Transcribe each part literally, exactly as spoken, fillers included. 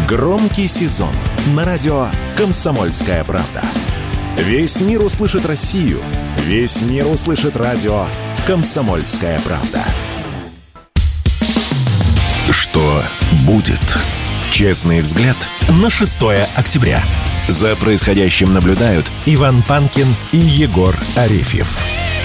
Громкий сезон на радио «Комсомольская правда». Весь мир услышит Россию. Весь мир услышит радио «Комсомольская правда». Что будет? Честный взгляд на шестое октября. За происходящим наблюдают Иван Панкин и Егор Арефьев.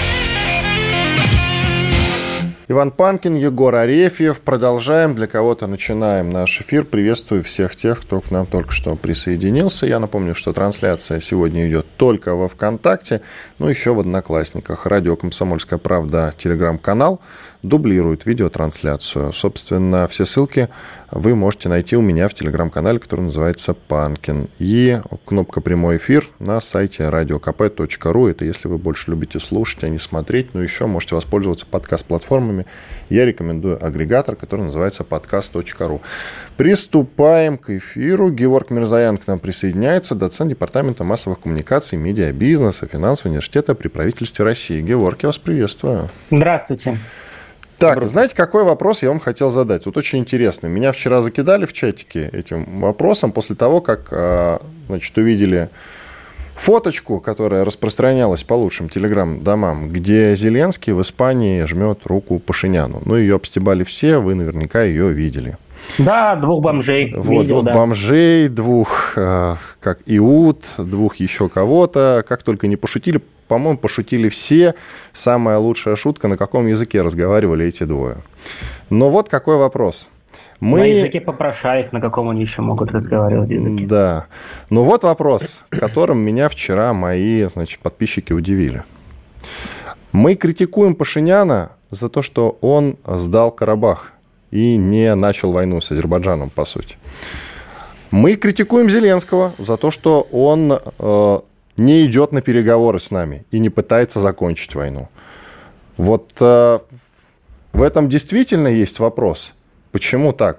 Иван Панкин, Егор Арефьев. Продолжаем. Для кого-то начинаем наш эфир. Приветствую всех тех, кто к нам только что присоединился. Я напомню, что трансляция сегодня идет только во ВКонтакте, но еще в Одноклассниках. Радио «Комсомольская правда» телеграм-канал дублирует видеотрансляцию. Собственно, все ссылки вы можете найти у меня в телеграм-канале, который называется «Панкин». И кнопка «Прямой эфир» на сайте радио ка пэ точка ру. Это если вы больше любите слушать, а не смотреть. Но еще можете воспользоваться подкаст-платформами. Я рекомендую агрегатор, который называется подкаст точка ру. Приступаем к эфиру. Геворг Мирзоян к нам присоединяется, доцент Департамента массовых коммуникаций, медиабизнеса, финансового университета при правительстве России. Геворг, я вас приветствую. Здравствуйте. Так, знаете, какой вопрос я вам хотел задать? Вот очень интересно. Меня вчера закидали в чатике этим вопросом после того, как, значит, увидели фоточку, которая распространялась по лучшим телеграм-домам, где Зеленский в Испании жмет руку Пашиняну. Ну, ее обстебали все, вы наверняка ее видели. Да, двух бомжей. Вот, видел, двух да. бомжей, двух, как Иуд, двух еще кого-то. Как только не пошутили, по-моему, пошутили все. Самая лучшая шутка, на каком языке разговаривали эти двое. Но вот какой вопрос. Мы... На языке попрошаек, на каком они еще могут разговаривать языке. Да. Ну вот вопрос, которым меня вчера мои, значит, подписчики удивили. Мы критикуем Пашиняна за то, что он сдал Карабах и не начал войну с Азербайджаном, по сути. Мы критикуем Зеленского за то, что он э, не идет на переговоры с нами и не пытается закончить войну. Вот э, в этом действительно есть вопрос. Почему так?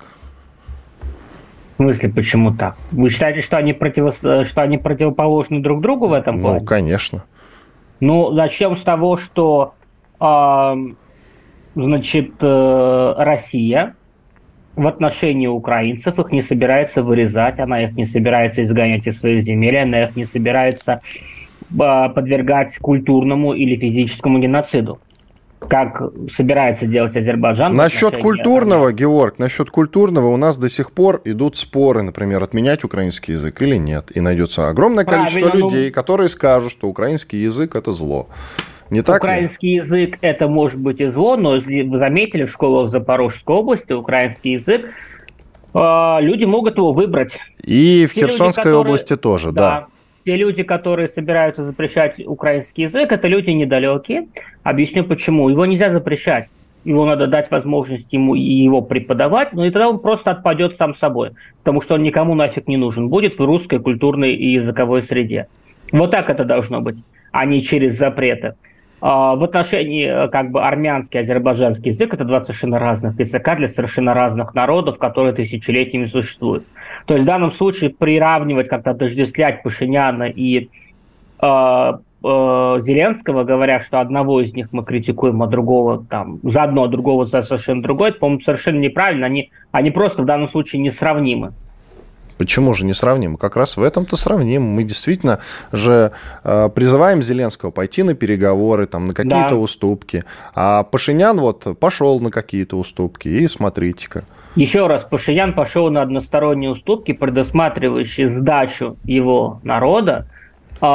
В смысле, почему так? Вы считаете, что они, противо... что они противоположны друг другу в этом плане? Ну, конечно. Ну, начнем с того, что э, значит, э, Россия в отношении украинцев их не собирается вырезать, она их не собирается изгонять из своих земель, она их не собирается э, подвергать культурному или физическому геноциду, как собирается делать Азербайджан. Насчет культурного, Георг, насчет культурного у нас до сих пор идут споры, например, отменять украинский язык или нет. И найдется огромное количество Правильно, людей, ну... которые скажут, что украинский язык – это зло. Не так украинский ли? Язык – это может быть и зло, но вы заметили, в школах Запорожской области украинский язык, э, люди могут его выбрать. И в Те Херсонской люди, которые... области тоже, да. да. Те люди, которые собираются запрещать украинский язык, это люди недалекие. Объясню почему. Его нельзя запрещать. Его надо дать возможность ему его преподавать, но и тогда он просто отпадет сам собой, потому что он никому нафиг не нужен будет в русской культурной и языковой среде. Вот так это должно быть, а не через запреты. В отношении как бы армянский, азербайджанский язык – это два совершенно разных языка для совершенно разных народов, которые тысячелетиями существуют. То есть в данном случае приравнивать, как-то отождествлять Пашиняна и э, э, Зеленского, говоря, что одного из них мы критикуем, а другого там за одно, а другого за совершенно другое, это, по-моему, совершенно неправильно. Они, они просто в данном случае несравнимы. Почему же не сравним? Как раз в этом-то сравним. Мы действительно же э, призываем Зеленского пойти на переговоры, там, на какие-то да. уступки. А Пашинян вот пошел на какие-то уступки, и смотрите-ка. Еще раз, Пашинян пошел на односторонние уступки, предусматривающие сдачу его народа э,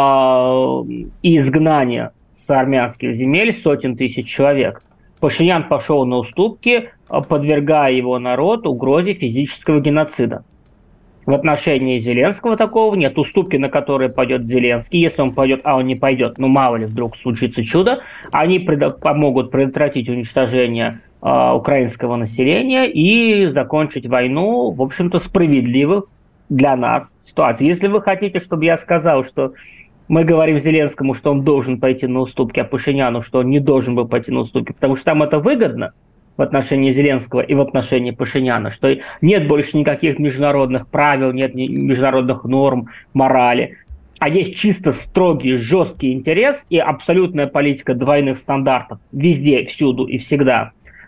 и изгнание с армянских земель сотен тысяч человек. Пашинян пошел на уступки, подвергая его народ угрозе физического геноцида. В отношении Зеленского такого нет. Уступки, на которые пойдет Зеленский, если он пойдет, а он не пойдет, ну мало ли вдруг случится чудо, они пред... помогут предотвратить уничтожение э, украинского населения и закончить войну, в общем-то, справедливо для нас ситуации. Если вы хотите, чтобы я сказал, что мы говорим Зеленскому, что он должен пойти на уступки, а Пашиняну, что он не должен был пойти на уступки, потому что там это выгодно, в отношении Зеленского и в отношении Пашиняна, что нет больше никаких международных правил, нет международных норм, морали, а есть чисто строгий, жесткий интерес и абсолютная политика двойных стандартов везде, всюду и всегда,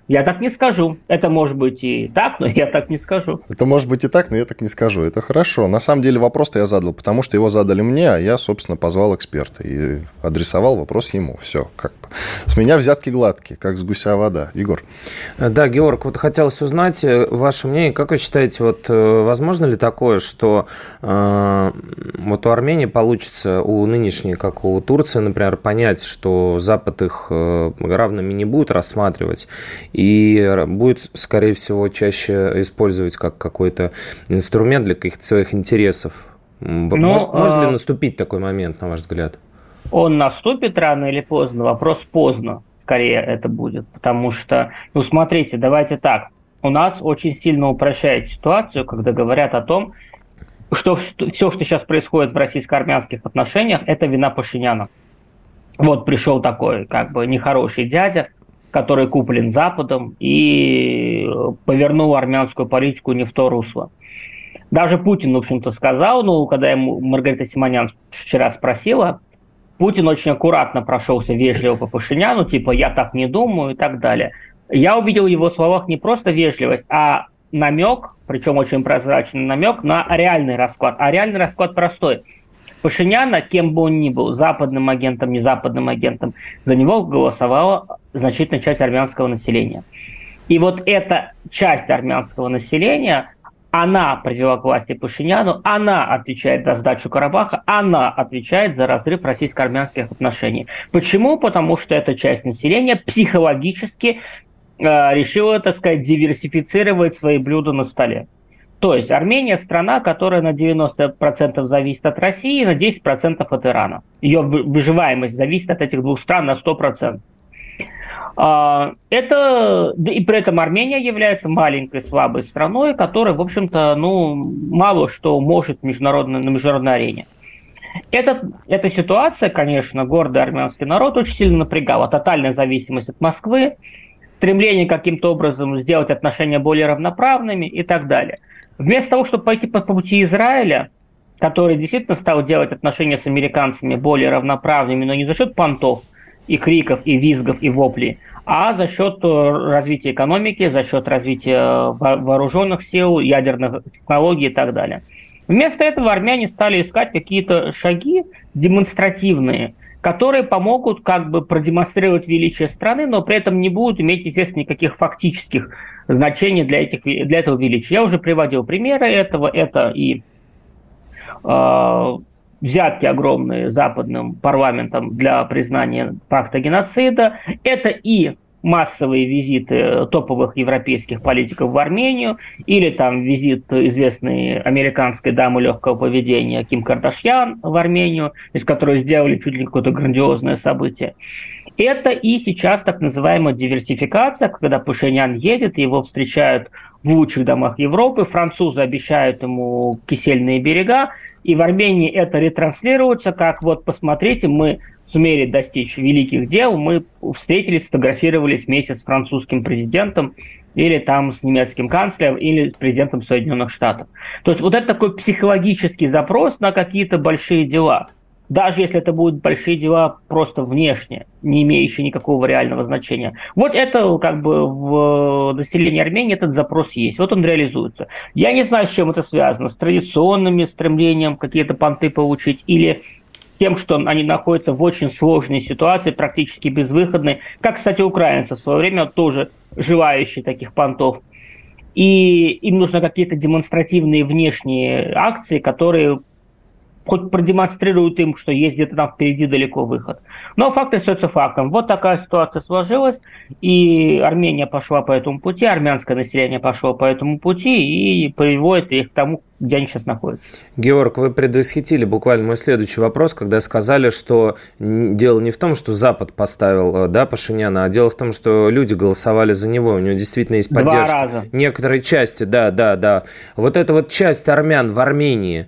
Я так не скажу. Это может быть и так, но я так не скажу. Это может быть и так, но я так не скажу. Это хорошо. На самом деле вопрос-то я задал, потому что его задали мне, а я, собственно, позвал эксперта и адресовал вопрос ему. Все, как бы. С меня взятки гладкие, как с гуся вода. Егор. Да, Георг, вот хотелось узнать ваше мнение. Как вы считаете, вот возможно ли такое, что э, вот у Армении получится, у нынешней, как у Турции, например, понять, что Запад их э, равными не будет рассматривать, и будет, скорее всего, чаще использовать как какой-то инструмент для каких-то своих интересов. Но, может, а... может ли наступить такой момент, на ваш взгляд? Он наступит рано или поздно. Вопрос поздно, скорее это будет. Потому что, ну смотрите, давайте так. У нас очень сильно упрощает ситуацию, когда говорят о том, что, что все, что сейчас происходит в российско-армянских отношениях, это вина Пашиняна. Вот пришел такой, как бы, нехороший дядя, который куплен Западом и повернул армянскую политику не в то русло. Даже Путин, в общем-то, сказал, ну, когда ему Маргарита Симонян вчера спросила, Путин очень аккуратно прошелся вежливо по Пашиняну, типа «я так не думаю» и так далее. Я увидел в его словах не просто вежливость, а намек, причем очень прозрачный намек на реальный расклад. А реальный расклад простой. Пашиняна, кем бы он ни был, западным агентом, не западным агентом, за него голосовала значительная часть армянского населения. И вот эта часть армянского населения, она привела к власти Пашиняну, она отвечает за сдачу Карабаха, она отвечает за разрыв российско-армянских отношений. Почему? Потому что эта часть населения психологически э, решила, так сказать, диверсифицировать свои блюда на столе. То есть Армения – страна, которая на девяносто процентов зависит от России и на десять процентов от Ирана. Ее выживаемость зависит от этих двух стран на сто процентов. Это, и при этом Армения является маленькой, слабой страной, которая, в общем-то, ну, мало что может международно, на международной арене. Этот, эта ситуация, конечно, гордый армянский народ очень сильно напрягала. Тотальная зависимость от Москвы, стремление каким-то образом сделать отношения более равноправными и так далее. Вместо того, чтобы пойти по пути Израиля, который действительно стал делать отношения с американцами более равноправными, но не за счет понтов и криков, и визгов, и воплей, а за счет развития экономики, за счет развития вооруженных сил, ядерных технологий и так далее. Вместо этого армяне стали искать какие-то шаги демонстративные, которые помогут как бы продемонстрировать величие страны, но при этом не будут иметь, естественно, никаких фактических значений для, этих, для этого величия. Я уже приводил примеры этого. Это и э, взятки огромные западным парламентом для признания факта геноцида. Это и массовые визиты топовых европейских политиков в Армению, или там визит известной американской дамы легкого поведения Ким Кардашьян в Армению, из которой сделали чуть ли какое-то грандиозное событие. Это и сейчас так называемая диверсификация, когда Пашинян едет, его встречают в лучших домах Европы, французы обещают ему кисельные берега, и в Армении это ретранслируется, как вот посмотрите, мы сумели достичь великих дел, мы встретились, сфотографировались вместе с французским президентом, или там с немецким канцлером, или с президентом Соединенных Штатов. То есть вот это такой психологический запрос на какие-то большие дела. Даже если это будут большие дела просто внешне, не имеющие никакого реального значения. Вот это как бы в населении Армении этот запрос есть. Вот он реализуется. Я не знаю, с чем это связано. С традиционными стремлением какие-то понты получить или с тем, что они находятся в очень сложной ситуации, практически безвыходной. Как, кстати, украинцы в свое время тоже желающие таких понтов. И им нужны какие-то демонстративные внешние акции, которые хоть продемонстрируют им, что есть где-то там впереди далеко выход. Но факт остается фактом. Вот такая ситуация сложилась, и Армения пошла по этому пути, армянское население пошло по этому пути и приводит их к тому, где они сейчас находятся. Георг, вы предвосхитили буквально мой следующий вопрос, когда сказали, что дело не в том, что Запад поставил, да, Пашиняна, а дело в том, что люди голосовали за него, у него действительно есть поддержка. Два раза. Некоторые части, да, да, да. Вот эта вот часть армян в Армении,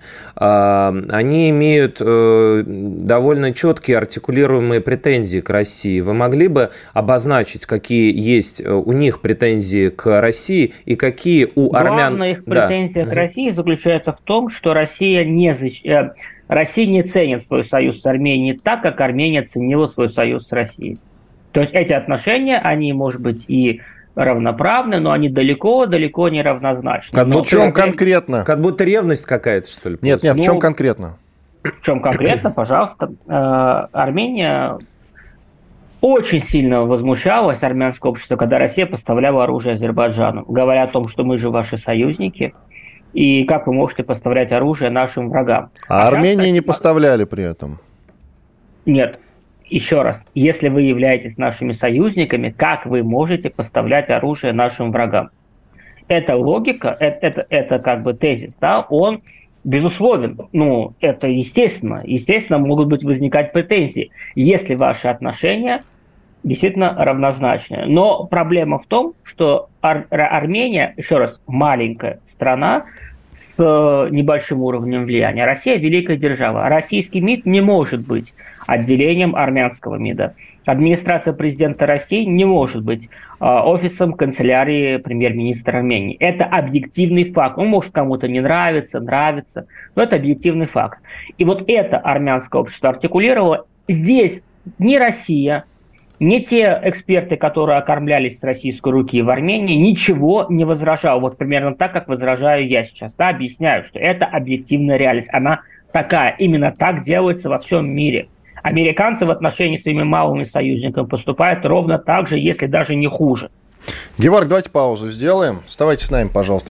они имеют довольно четкие артикулируемые претензии к России. Вы могли бы обозначить, какие есть у них претензии к России и какие у армян... Главная их претензия да. к России заключается в том, что Россия не, Россия не ценит свой союз с Арменией так, как Армения ценила свой союз с Россией. То есть эти отношения, они, может быть, и равноправны, но они далеко-далеко не равнозначны. Как но в чем конкретно? Как будто ревность какая-то, что ли? Нет, нет, в чем ну, конкретно? В чем конкретно, пожалуйста. Армения очень сильно возмущалась, армянское общество, когда Россия поставляла оружие Азербайджану, говоря о том, что мы же ваши союзники, и как вы можете поставлять оружие нашим врагам. А, а Армении сейчас, не поставляли при этом? Нет. Еще раз, если вы являетесь нашими союзниками, как вы можете поставлять оружие нашим врагам? Эта логика, это, это, это как бы тезис, да, он безусловен. Ну, это естественно. Естественно, могут быть возникать претензии, если ваши отношения действительно равнозначны. Но проблема в том, что Ар- Армения, еще раз, маленькая страна с небольшим уровнем влияния. Россия – великая держава. Российский МИД не может быть отделением армянского МИДа. Администрация президента России не может быть э, офисом канцелярии премьер-министра Армении. Это объективный факт. Он может кому-то не нравиться, нравиться, но это объективный факт. И вот это армянское общество артикулировало. Здесь ни Россия, ни те эксперты, которые окормлялись с российской руки в Армении, ничего не возражал. Вот примерно так, как возражаю я сейчас. Да, объясняю, что это объективная реальность. Она такая. Именно так делается во всем мире. Американцы в отношении с своими малыми союзниками поступают ровно так же, если даже не хуже. Геворг, давайте паузу сделаем. Оставайтесь с нами, пожалуйста.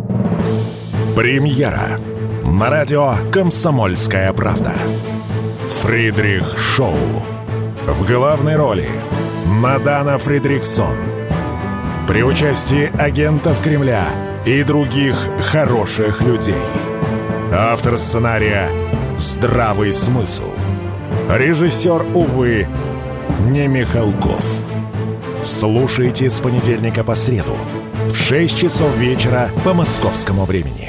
Премьера на радио «Комсомольская правда». Фридрих Шоу. В главной роли Мадана Фридрихсон. При участии агентов Кремля и других хороших людей. Автор сценария «Здравый смысл». Режиссер, увы, не Михалков. Слушайте с понедельника по среду в шесть часов вечера по московскому времени.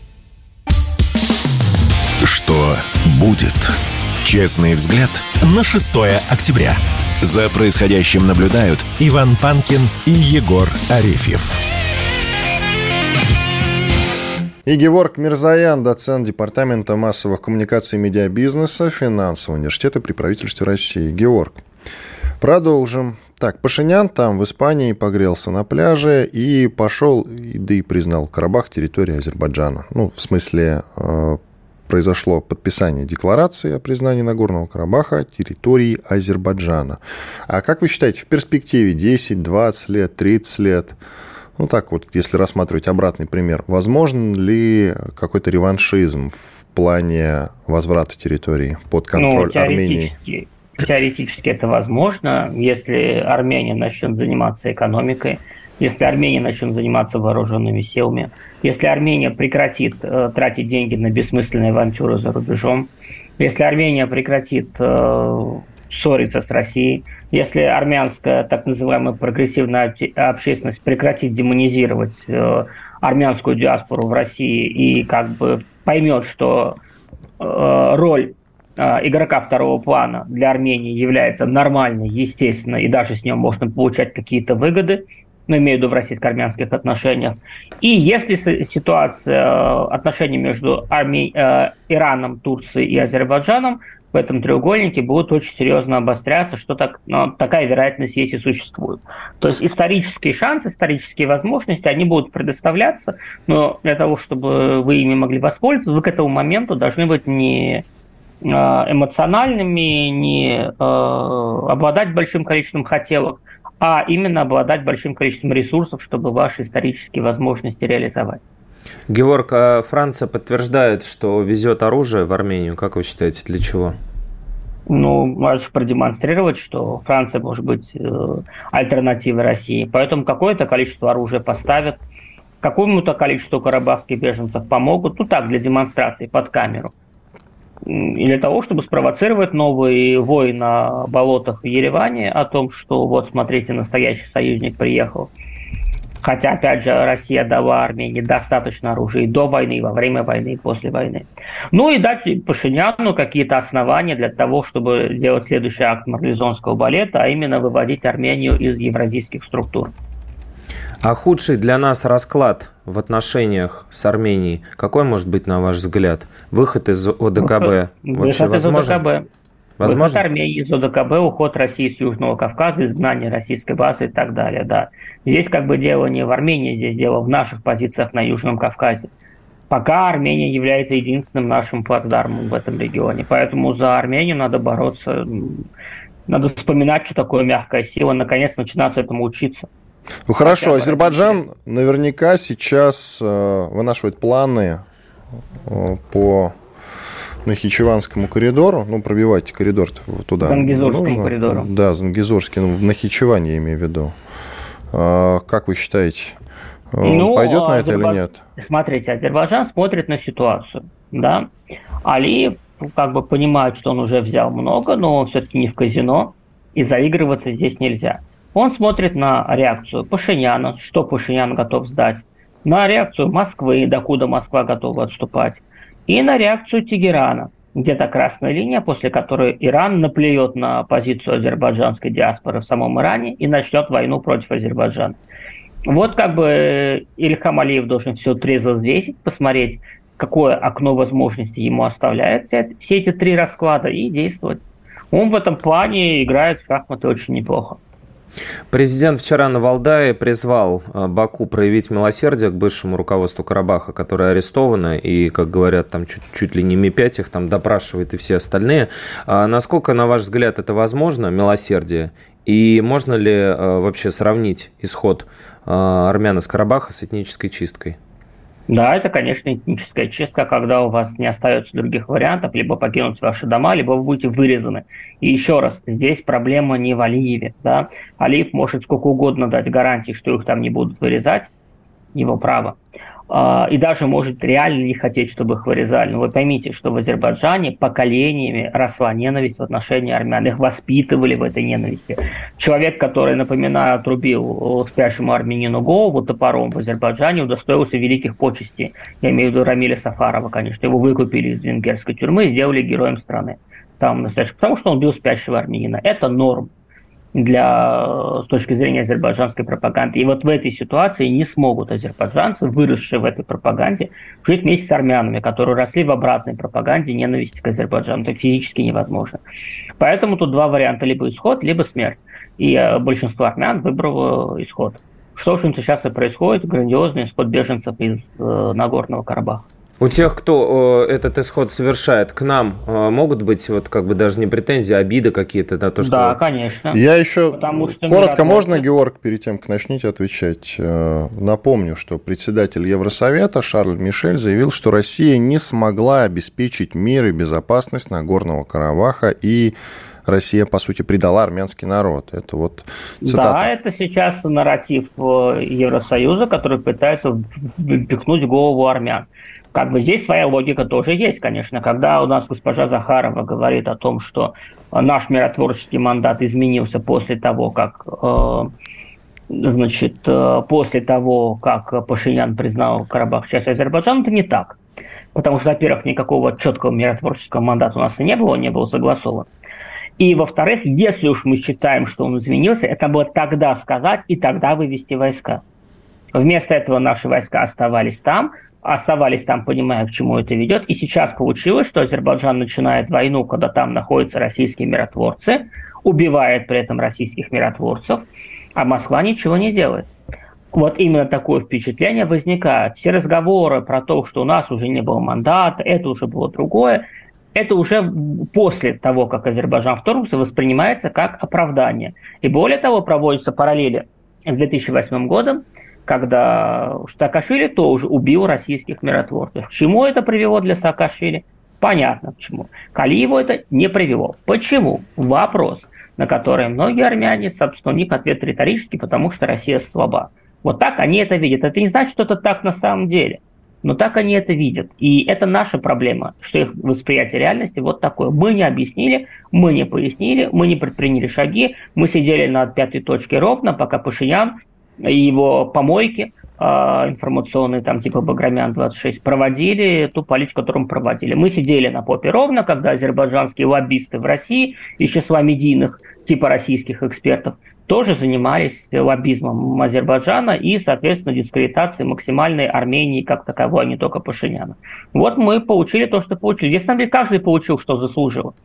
Что будет? Честный взгляд на шестое октября. За происходящим наблюдают Иван Панкин и Егор Арефьев. И Геворг Мирзоян, доцент Департамента массовых коммуникаций и медиабизнеса Финансового университета при правительстве России. Геворг, продолжим. Так, Пашинян там в Испании погрелся на пляже и пошел, да и признал Карабах территорией Азербайджана. Ну, в смысле, э, произошло подписание декларации о признании Нагорного Карабаха территорией Азербайджана. А как вы считаете, в перспективе десять, двадцать лет, тридцать лет... Ну, так вот, если рассматривать обратный пример, возможен ли какой-то реваншизм в плане возврата территории под контроль ну, Армении? Теоретически это возможно, если Армения начнет заниматься экономикой, если Армения начнет заниматься вооруженными силами, если Армения прекратит э, тратить деньги на бессмысленные авантюры за рубежом, если Армения прекратит э, ссориться с Россией, если армянская так называемая прогрессивная общественность прекратит демонизировать э, армянскую диаспору в России и как бы поймет, что э, роль э, игрока второго плана для Армении является нормальной, естественной, и даже с нее можно получать какие-то выгоды, ну, имею в виду в российско-армянских отношениях. И если ситуация отношений между Арми... э, Ираном, Турцией и Азербайджаном в этом треугольнике будут очень серьезно обостряться, что так, ну, такая вероятность есть и существует. То есть исторические шансы, исторические возможности, они будут предоставляться, но для того, чтобы вы ими могли воспользоваться, вы к этому моменту должны быть не эмоциональными, не э, обладать большим количеством хотелок, а именно обладать большим количеством ресурсов, чтобы ваши исторические возможности реализовать. Геворг, а Франция подтверждает, что везет оружие в Армению. Как вы считаете, для чего? Ну, можешь продемонстрировать, что Франция может быть альтернативой России. Поэтому какое-то количество оружия поставят, какому-то количеству карабахских беженцев помогут. Ну так, для демонстрации, под камеру. И для того, чтобы спровоцировать новый вой на болотах в Ереване о том, что вот, смотрите, настоящий союзник приехал. Хотя, опять же, Россия дала Армении достаточно оружия и до войны, и во время войны, и после войны. Ну и дать Пашиняну какие-то основания для того, чтобы делать следующий акт марлезонского балета, а именно выводить Армению из евразийских структур. А худший для нас расклад в отношениях с Арменией какой может быть, на ваш взгляд? Выход из ОДКБ Выход вообще из возможен? ОДКБ. Возможно? Выход Армении из ОДКБ, уход России с Южного Кавказа, изгнание российской базы и так далее, да. Здесь как бы дело не в Армении, здесь дело в наших позициях на Южном Кавказе. Пока Армения является единственным нашим плацдармом в этом регионе. Поэтому за Армению надо бороться. Надо вспоминать, что такое мягкая сила, наконец начинаться этому учиться. Ну хорошо, Азербайджан наверняка сейчас э, вынашивает планы э, по Нахичеванскому коридору. Ну, пробивайте коридор туда. Зангезурскому коридору. Да, Зангезурский, ну, в Нахичеване я имею в виду. Э, как вы считаете, он ну, пойдет на это Азербайджан... или нет? Смотрите, Азербайджан смотрит на ситуацию, да. Алиев как бы понимает, что он уже взял много, но он все-таки не в казино, и заигрываться здесь нельзя. Он смотрит на реакцию Пашиняна, что Пашинян готов сдать, на реакцию Москвы, докуда Москва готова отступать, и на реакцию Тегерана, где-то красная линия, после которой Иран наплюет на позицию азербайджанской диаспоры в самом Иране и начнет войну против Азербайджана. Вот как бы Ильхам Алиев должен все трезво взвесить, посмотреть, какое окно возможностей ему оставляет все эти три расклада и действовать. Он в этом плане играет в шахматы очень неплохо. Президент вчера на Валдае призвал Баку проявить милосердие к бывшему руководству Карабаха, которое арестовано, и, как говорят, там чуть, чуть ли не эм и пять их там допрашивает и все остальные. А насколько, на ваш взгляд, это возможно, милосердие? И можно ли вообще сравнить исход армян из Карабаха с этнической чисткой? Да, это, конечно, этническая чистка, когда у вас не остается других вариантов, либо покинуть ваши дома, либо вы будете вырезаны. И еще раз, здесь проблема не в Алиеве. Да? Алиев может сколько угодно дать гарантии, что их там не будут вырезать, его право. И даже может реально не хотеть, чтобы их вырезали. Но вы поймите, что в Азербайджане поколениями росла ненависть в отношении армян. Их воспитывали в этой ненависти. Человек, который, напоминаю, отрубил спящему армянину голову топором в Азербайджане, удостоился великих почестей. Я имею в виду Рамиля Сафарова, конечно. Его выкупили из венгерской тюрьмы и сделали героем страны. Самым настоящим. Потому что он бил спящего армянина. Это норм для, с точки зрения азербайджанской пропаганды. И вот в этой ситуации не смогут азербайджанцы, выросшие в этой пропаганде, жить вместе с армянами, которые росли в обратной пропаганде ненависти к Азербайджану. Это физически невозможно. Поэтому тут два варианта: либо исход, либо смерть. И большинство армян выбрало исход. Что, в общем-то, сейчас и происходит. Грандиозный исход беженцев из э, Нагорного Карабаха. У тех, кто э, этот исход совершает, к нам э, могут быть вот как бы даже не претензии, а обиды какие-то на то, что... Да, конечно. Я еще... Потому что коротко можно, Георг, перед тем, как начнете отвечать, э, напомню, что председатель Евросовета Шарль Мишель заявил, что Россия не смогла обеспечить мир и безопасность Нагорного Карабаха, и Россия, по сути, предала армянский народ. Это вот цитата. Да, это сейчас нарратив Евросоюза, который пытается впихнуть в голову армян. Как бы здесь своя логика тоже есть, конечно. Когда у нас госпожа Захарова говорит о том, что наш миротворческий мандат изменился после того, как, э, значит, э, после того, как Пашинян признал Карабах частью Азербайджана, это не так. Потому что, во-первых, никакого четкого миротворческого мандата у нас и не было, он не был согласован. И, во-вторых, если уж мы считаем, что он изменился, это было тогда сказать и тогда вывести войска. Вместо этого наши войска оставались там, оставались там, понимая, к чему это ведет. И сейчас получилось, что Азербайджан начинает войну, когда там находятся российские миротворцы, убивает при этом российских миротворцев, а Москва ничего не делает. Вот именно такое впечатление возникает. Все разговоры про то, что у нас уже не было мандата, это уже было другое, это уже после того, как Азербайджан вторгся, воспринимается как оправдание. И более того, проводятся параллели с две тысячи восьмым годом, когда Саакашвили тоже убил российских миротворцев. К чему это привело для Саакашвили? Понятно, к чему. К Алиеву это не привело. Почему? Вопрос, на который многие армяне, собственно, у них ответ риторический, потому что Россия слаба. Вот так они это видят. Это не значит, что это так на самом деле. Но так они это видят. И это наша проблема, что их восприятие реальности вот такое. Мы не объяснили, мы не пояснили, мы не предприняли шаги, мы сидели на пятой точке ровно, пока Пашинян и его помойки э, информационные, там типа Баграмян двадцать шесть, проводили ту политику, которую мы проводили. Мы сидели на попе ровно, когда азербайджанские лоббисты в России, из числа медийных, типа российских экспертов, тоже занимались лоббизмом Азербайджана и, соответственно, дискредитацией максимальной Армении как таковой, а не только Пашиняна. Вот мы получили то, что получили. Здесь, на самом деле, каждый получил, что заслужил.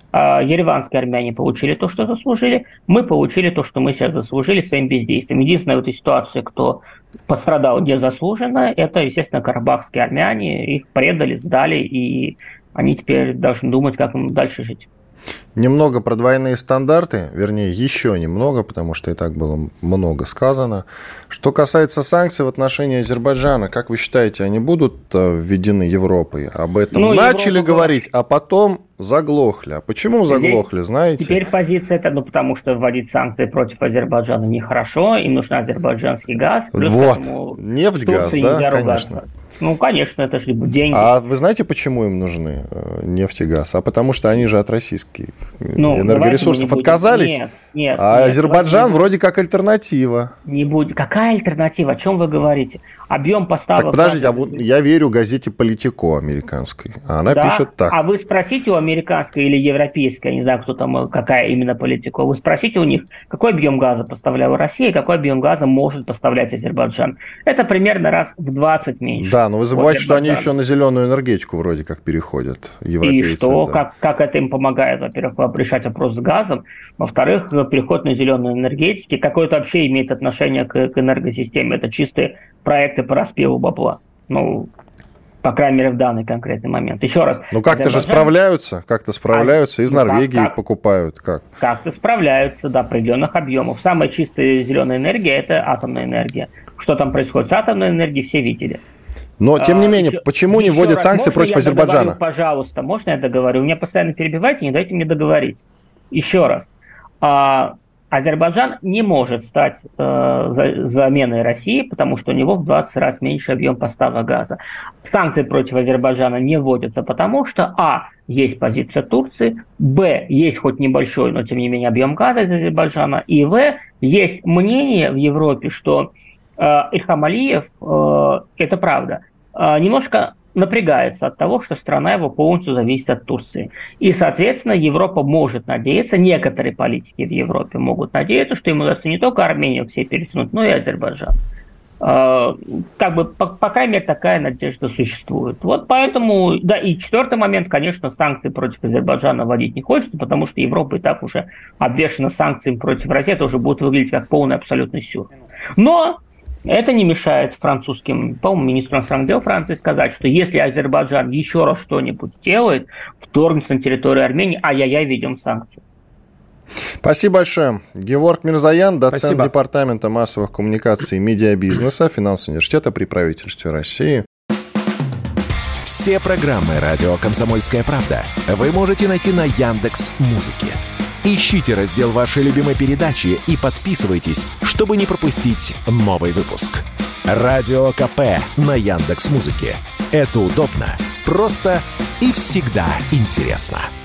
Ереванские армяне получили то, что заслужили, мы получили то, что мы сейчас заслужили своим бездействием. Единственная в этой ситуации, кто пострадал незаслуженно, это, естественно, карабахские армяне. Их предали, сдали, и они теперь должны думать, как им дальше жить. Немного про двойные стандарты, вернее, еще немного, потому что и так было много сказано. Что касается санкций в отношении Азербайджана, как вы считаете, они будут введены Европой? Об этом ну, начали Европа... говорить, а потом заглохли. А почему заглохли, Здесь знаете? Теперь позиция это, ну, потому что вводить санкции против Азербайджана нехорошо, им нужен азербайджанский газ. Вот, нефть, газ, да, конечно. Ну, конечно, это же деньги. А вы знаете, почему им нужны нефть и газ? А потому что они же от российских ну, энергоресурсов отказались. Нет, нет, а нет, Азербайджан вроде как альтернатива. Не будет. Какая альтернатива? О чем вы говорите? Объем поставок... Так, подождите, а вот я верю газете «Политико» американской. Она да? пишет так. А вы спросите у американской или европейской, я не знаю, кто там, какая именно «Политико», вы спросите у них, какой объем газа поставляла Россия, какой объем газа может поставлять Азербайджан. Это примерно раз в двадцать меньше. Да, но вы забываете, что они еще на зеленую энергетику вроде как переходят, европейцы. И что? Это... Как, как это им помогает, во-первых, решать вопрос с газом, во-вторых, переход на зеленую энергетику, какое это вообще имеет отношение к, к энергосистеме. Это чистые проекты по распилу бабла. Ну, по крайней мере, в данный конкретный момент. Еще раз. Ну, как-то Азербайджан... же справляются, как-то справляются, а, из Норвегии как, как, покупают. Как? Как-то справляются до определенных объемов. Самая чистая зеленая энергия – это атомная энергия. Что там происходит с атомной энергией, все видели. Но, тем не менее, а, почему еще, не вводят санкции против Азербайджана? Договорю, пожалуйста, можно я договорю? Вы меня постоянно перебиваете, не дайте мне договорить. Еще раз. А, Азербайджан не может стать э, заменой России, потому что у него в двадцать раз меньше объем поставок газа. Санкции против Азербайджана не вводятся, потому что, а, есть позиция Турции, б, есть хоть небольшой, но тем не менее объем газа из Азербайджана, и в, есть мнение в Европе, что э, Ильхам Алиев, э, это правда, э, немножко напрягается от того, что страна его полностью зависит от Турции. И, соответственно, Европа может надеяться, некоторые политики в Европе могут надеяться, что ему удастся не только Армению к себе перетянуть, но и Азербайджан. Как бы, по, по крайней мере, такая надежда существует. Вот поэтому, да, и четвертый момент, конечно, санкции против Азербайджана вводить не хочется, потому что Европа и так уже обвешана санкциями против России, это уже будет выглядеть как полный абсолютный сюр. Но это не мешает французским, по-моему, министру иностранных дел Франции сказать, что если Азербайджан еще раз что-нибудь сделает, вторгнется на территорию Армении, ай-яй-яй, введем санкции. Спасибо большое. Геворг Мирзоян, доцент Спасибо. Департамента массовых коммуникаций и медиабизнеса Финансового университета при правительстве России. Все программы «Радио Комсомольская правда» вы можете найти на Яндекс.Музыке. Ищите раздел вашей любимой передачи и подписывайтесь, чтобы не пропустить новый выпуск. Радио КП на Яндекс.Музыке. Это удобно, просто и всегда интересно.